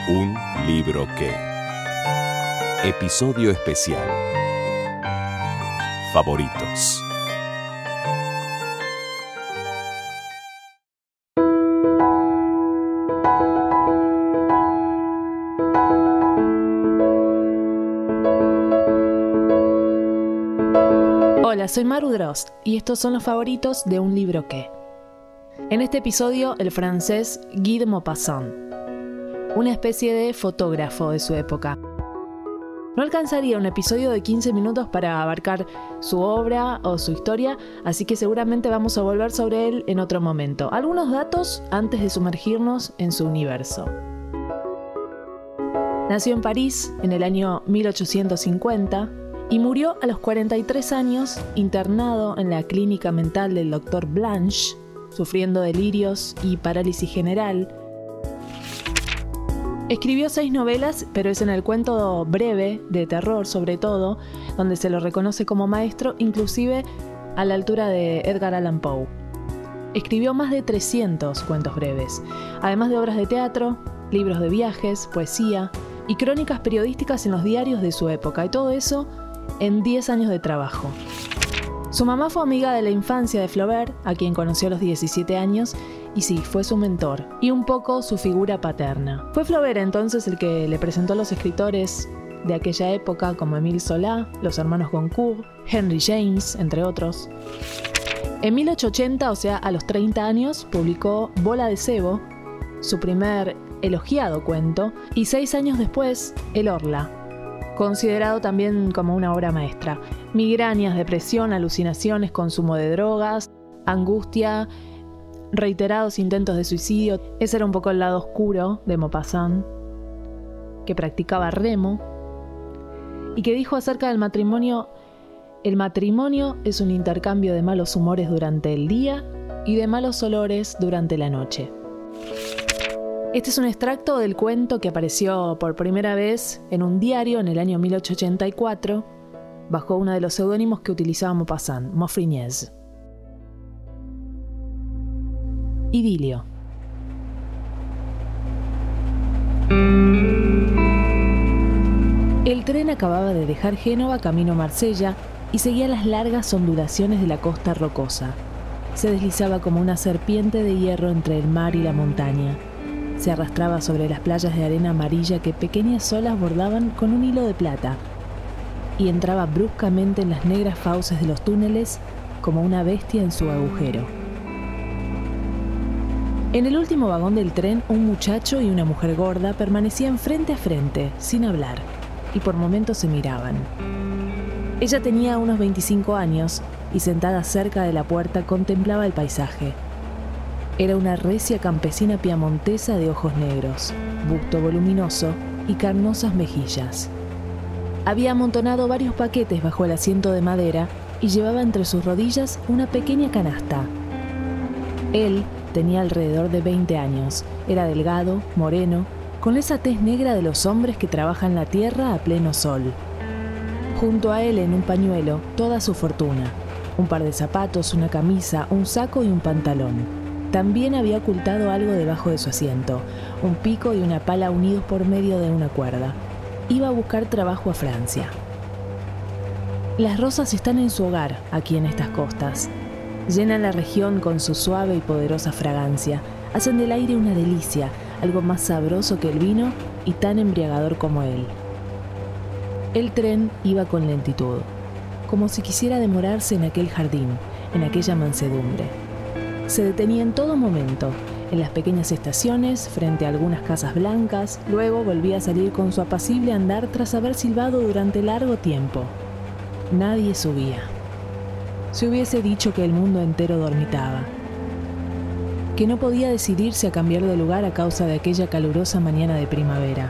Un libro que... Episodio especial. Favoritos. Hola, soy Maru Drost y estos son los favoritos de Un libro que. En este episodio, el francés Guy de Maupassant, una especie de fotógrafo de su época. No alcanzaría un episodio de 15 minutos para abarcar su obra o su historia, así que seguramente vamos a volver sobre él en otro momento. Algunos datos antes de sumergirnos en su universo. Nació en París en el año 1850 y murió a los 43 años internado en la clínica mental del Dr. Blanche, sufriendo delirios y parálisis general. Escribió 6 novelas, pero es en el cuento breve, de terror sobre todo, donde se lo reconoce como maestro, inclusive a la altura de Edgar Allan Poe. Escribió más de 300 cuentos breves, además de obras de teatro, libros de viajes, poesía y crónicas periodísticas en los diarios de su época, y todo eso en 10 años de trabajo. Su mamá fue amiga de la infancia de Flaubert, a quien conoció a los 17 años, y sí, fue su mentor, y un poco su figura paterna. Fue Flaubert entonces el que le presentó a los escritores de aquella época como Émile Zola, los hermanos Goncourt, Henry James, entre otros. En 1880, o sea, a los 30 años, publicó Bola de Sebo, su primer elogiado cuento, y 6 años después, El Orla, considerado también como una obra maestra. Migrañas, depresión, alucinaciones, consumo de drogas, angustia, reiterados intentos de suicidio. Ese era un poco el lado oscuro de Maupassant, que practicaba remo y que dijo acerca del matrimonio: el matrimonio es un intercambio de malos humores durante el día y de malos olores durante la noche. Este es un extracto del cuento que apareció por primera vez en un diario en el año 1884, bajo uno de los seudónimos que utilizaba Maupassant, Maufrigneuse. Idilio. El tren acababa de dejar Génova camino a Marsella y seguía las largas ondulaciones de la costa rocosa. Se deslizaba como una serpiente de hierro entre el mar y la montaña. Se arrastraba sobre las playas de arena amarilla que pequeñas olas bordaban con un hilo de plata, y entraba bruscamente en las negras fauces de los túneles como una bestia en su agujero. En el último vagón del tren, un muchacho y una mujer gorda permanecían frente a frente, sin hablar, y por momentos se miraban. Ella tenía unos 25 años y sentada cerca de la puerta contemplaba el paisaje. Era una recia campesina piamontesa de ojos negros, busto voluminoso y carnosas mejillas. Había amontonado varios paquetes bajo el asiento de madera y llevaba entre sus rodillas una pequeña canasta. Él tenía alrededor de 20 años, era delgado, moreno, con esa tez negra de los hombres que trabajan la tierra a pleno sol. Junto a él, en un pañuelo, toda su fortuna: un par de zapatos, una camisa, un saco y un pantalón. También había ocultado algo debajo de su asiento, un pico y una pala unidos por medio de una cuerda. Iba a buscar trabajo a Francia. Las rosas están en su hogar, aquí en estas costas. Llenan la región con su suave y poderosa fragancia. Hacen del aire una delicia, algo más sabroso que el vino y tan embriagador como él. El tren iba con lentitud, como si quisiera demorarse en aquel jardín, en aquella mansedumbre. Se detenía en todo momento, en las pequeñas estaciones, frente a algunas casas blancas, luego volvía a salir con su apacible andar tras haber silbado durante largo tiempo. Nadie subía. Se hubiese dicho que el mundo entero dormitaba, que no podía decidirse a cambiar de lugar a causa de aquella calurosa mañana de primavera.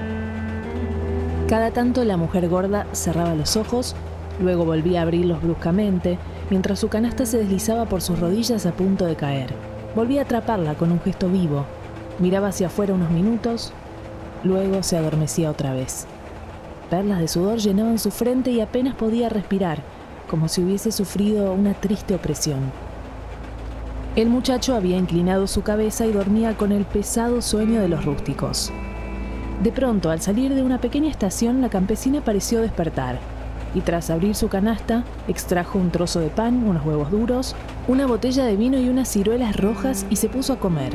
Cada tanto la mujer gorda cerraba los ojos, luego volvía a abrirlos bruscamente, mientras su canasta se deslizaba por sus rodillas a punto de caer. Volvía a atraparla con un gesto vivo, miraba hacia afuera unos minutos, luego se adormecía otra vez. Perlas de sudor llenaban su frente y apenas podía respirar, como si hubiese sufrido una triste opresión. El muchacho había inclinado su cabeza y dormía con el pesado sueño de los rústicos. De pronto, al salir de una pequeña estación, la campesina pareció despertar y tras abrir su canasta, extrajo un trozo de pan, unos huevos duros, una botella de vino y unas ciruelas rojas y se puso a comer.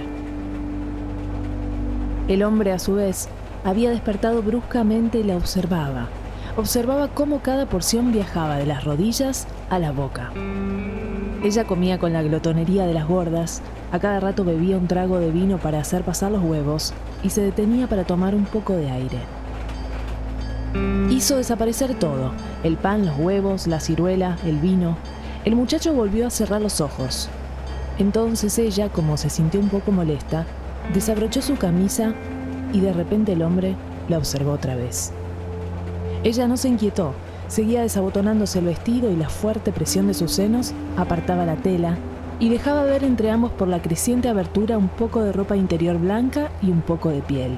El hombre, a su vez, había despertado bruscamente y la observaba. Observaba cómo cada porción viajaba de las rodillas a la boca. Ella comía con la glotonería de las gordas, a cada rato bebía un trago de vino para hacer pasar los huevos y se detenía para tomar un poco de aire. Hizo desaparecer todo, el pan, los huevos, la ciruela, el vino. El muchacho volvió a cerrar los ojos. Entonces ella, como se sintió un poco molesta, desabrochó su camisa y de repente el hombre la observó otra vez. Ella no se inquietó, seguía desabotonándose el vestido y la fuerte presión de sus senos apartaba la tela y dejaba ver entre ambos por la creciente abertura un poco de ropa interior blanca y un poco de piel.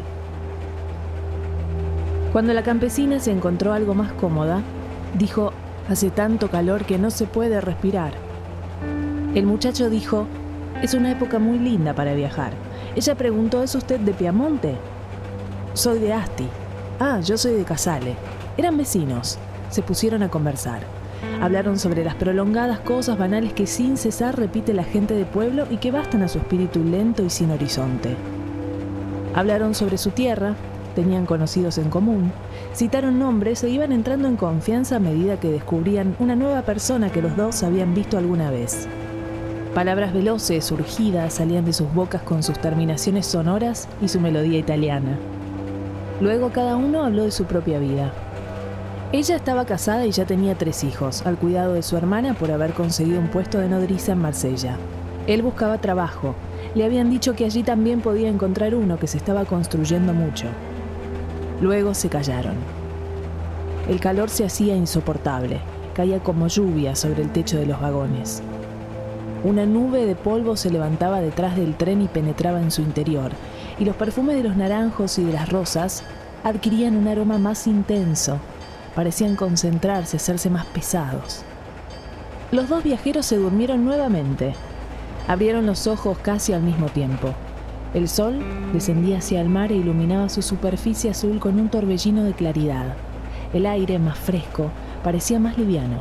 Cuando la campesina se encontró algo más cómoda, dijo: «Hace tanto calor que no se puede respirar». El muchacho dijo: «Es una época muy linda para viajar». Ella preguntó: «¿Es usted de Piamonte?» «Soy de Asti». «Ah, yo soy de Casale». Eran vecinos. Se pusieron a conversar. Hablaron sobre las prolongadas cosas banales que sin cesar repite la gente de pueblo y que bastan a su espíritu lento y sin horizonte. Hablaron sobre su tierra, tenían conocidos en común, citaron nombres e iban entrando en confianza a medida que descubrían una nueva persona que los dos habían visto alguna vez. Palabras veloces, urgidas, salían de sus bocas con sus terminaciones sonoras y su melodía italiana. Luego cada uno habló de su propia vida. Ella estaba casada y ya tenía 3 hijos, al cuidado de su hermana por haber conseguido un puesto de nodriza en Marsella. Él buscaba trabajo. Le habían dicho que allí también podía encontrar uno, que se estaba construyendo mucho. Luego se callaron. El calor se hacía insoportable, caía como lluvia sobre el techo de los vagones. Una nube de polvo se levantaba detrás del tren y penetraba en su interior, y los perfumes de los naranjos y de las rosas adquirían un aroma más intenso, parecían concentrarse, hacerse más pesados. Los 2 viajeros se durmieron nuevamente. Abrieron los ojos casi al mismo tiempo. El sol descendía hacia el mar e iluminaba su superficie azul con un torbellino de claridad. El aire, más fresco, parecía más liviano.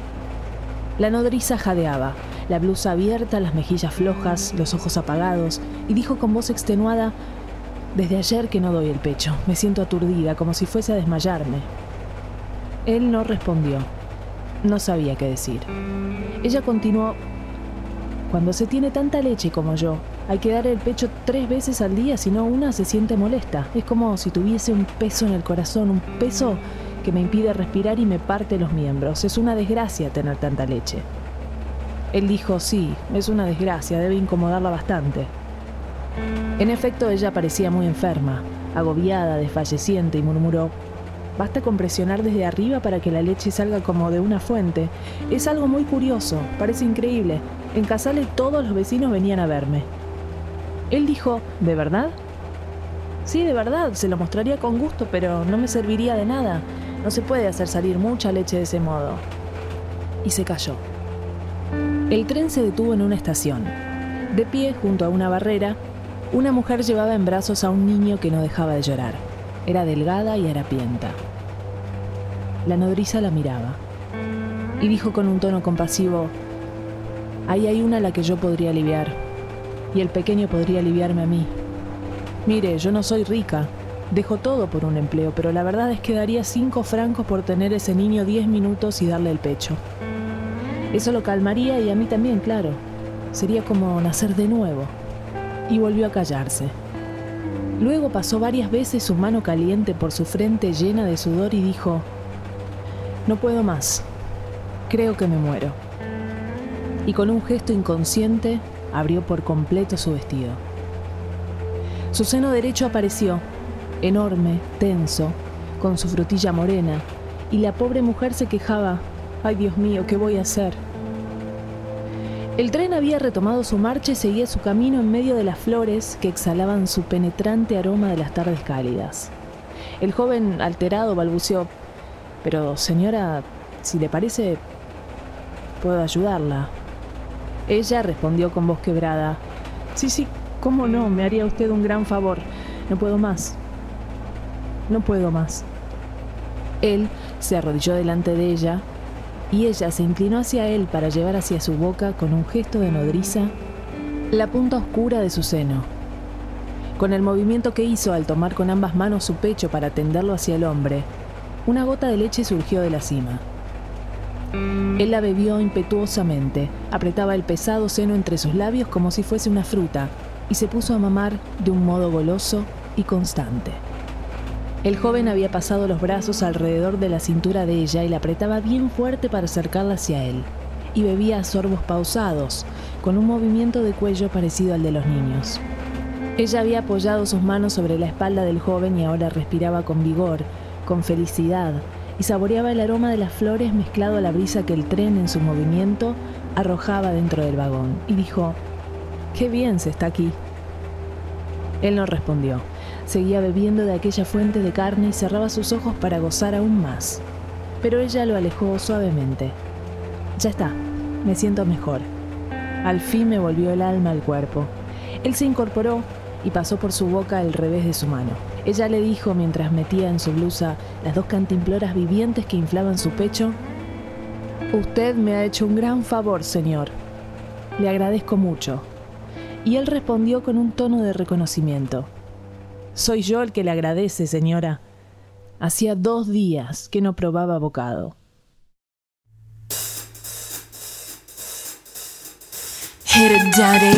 La nodriza jadeaba, la blusa abierta, las mejillas flojas, los ojos apagados, y dijo con voz extenuada: «Desde ayer que no doy el pecho, me siento aturdida, como si fuese a desmayarme». Él no respondió. No sabía qué decir. Ella continuó: «Cuando se tiene tanta leche como yo, hay que dar el pecho 3 veces al día, si no una se siente molesta. Es como si tuviese un peso en el corazón, un peso que me impide respirar y me parte los miembros. Es una desgracia tener tanta leche». Él dijo: «Sí, es una desgracia, debe incomodarla bastante». En efecto, ella parecía muy enferma, agobiada, desfalleciente, y murmuró: «Basta con presionar desde arriba para que la leche salga como de una fuente. Es algo muy curioso, parece increíble. En Casale todos los vecinos venían a verme». Él dijo: «¿De verdad?». «Sí, de verdad, se lo mostraría con gusto, pero no me serviría de nada. No se puede hacer salir mucha leche de ese modo». Y se calló. El tren se detuvo en una estación. De pie, junto a una barrera, una mujer llevaba en brazos a un niño que no dejaba de llorar. Era delgada y harapienta. La nodriza la miraba y dijo con un tono compasivo: «Ahí hay una a la que yo podría aliviar, y el pequeño podría aliviarme a mí. Mire, yo no soy rica, dejo todo por un empleo, pero la verdad es que daría 5 francos por tener ese niño 10 minutos y darle el pecho. Eso lo calmaría y a mí también, claro. Sería como nacer de nuevo». Y volvió a callarse. Luego pasó varias veces su mano caliente por su frente llena de sudor y dijo: «No puedo más. Creo que me muero». Y con un gesto inconsciente abrió por completo su vestido. Su seno derecho apareció, enorme, tenso, con su frutilla morena, y la pobre mujer se quejaba: «Ay, Dios mío, ¿qué voy a hacer?». El tren había retomado su marcha y seguía su camino en medio de las flores que exhalaban su penetrante aroma de las tardes cálidas. El joven, alterado, balbuceó: «Pero, señora, si le parece, puedo ayudarla». Ella respondió con voz quebrada: «Sí, cómo no, me haría usted un gran favor. No puedo más». no puedo más. Él se arrodilló delante de ella y ella se inclinó hacia él para llevar hacia su boca, con un gesto de nodriza, la punta oscura de su seno. Con el movimiento que hizo al tomar con ambas manos su pecho para tenderlo hacia el hombre, una gota de leche surgió de la sima. Él la bebió impetuosamente, apretaba el pesado seno entre sus labios como si fuese una fruta y se puso a mamar de un modo goloso y constante. El joven había pasado los brazos alrededor de la cintura de ella y la apretaba bien fuerte para acercarla hacia él, y bebía a sorbos pausados, con un movimiento de cuello parecido al de los niños. Ella había apoyado sus manos sobre la espalda del joven y ahora respiraba con vigor, con felicidad, y saboreaba el aroma de las flores mezclado a la brisa que el tren en su movimiento arrojaba dentro del vagón, y dijo: «¡Qué bien se está aquí!». Él no respondió. Seguía bebiendo de aquella fuente de carne y cerraba sus ojos para gozar aún más. Pero ella lo alejó suavemente. «Ya está, me siento mejor». Al fin me volvió el alma al cuerpo. Él se incorporó y pasó por su boca el revés de su mano. Ella le dijo mientras metía en su blusa las 2 cantimploras vivientes que inflaban su pecho: «Usted me ha hecho un gran favor, señor. Le agradezco mucho». Y él respondió con un tono de reconocimiento: «Soy yo el que le agradece, señora. Hacía 2 días que no probaba bocado». Hit it, daddy.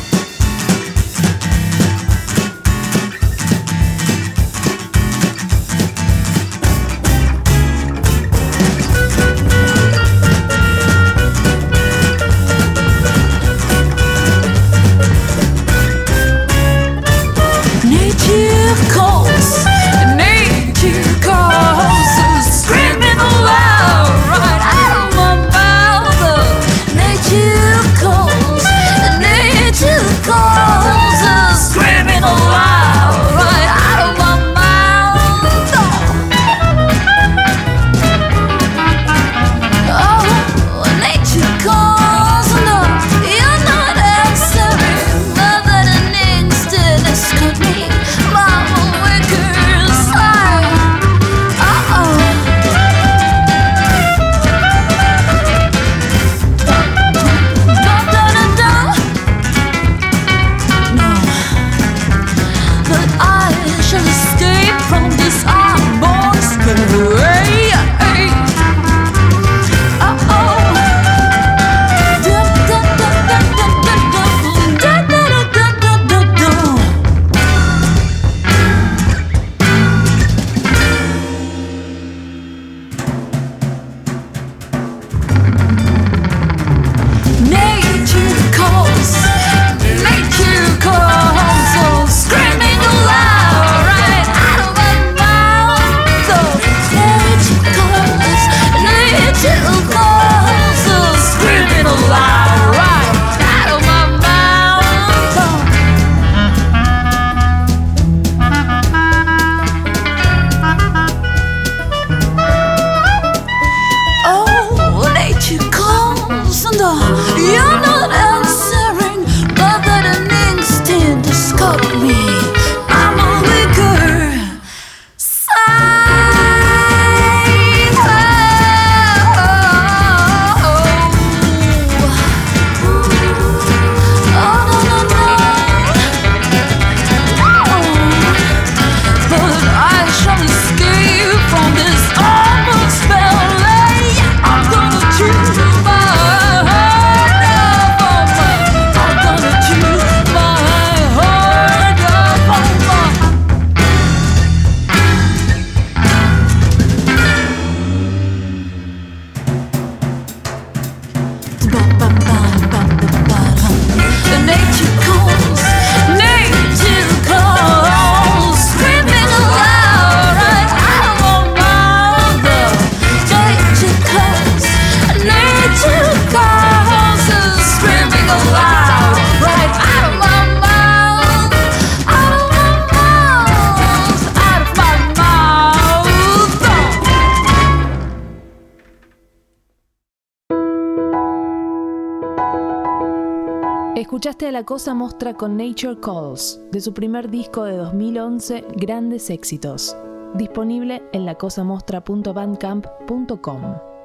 Escuchaste a La Cosa Mostra con Nature Calls, de su primer disco de 2011, Grandes Éxitos. disponible en lacosamostra.bandcamp.com.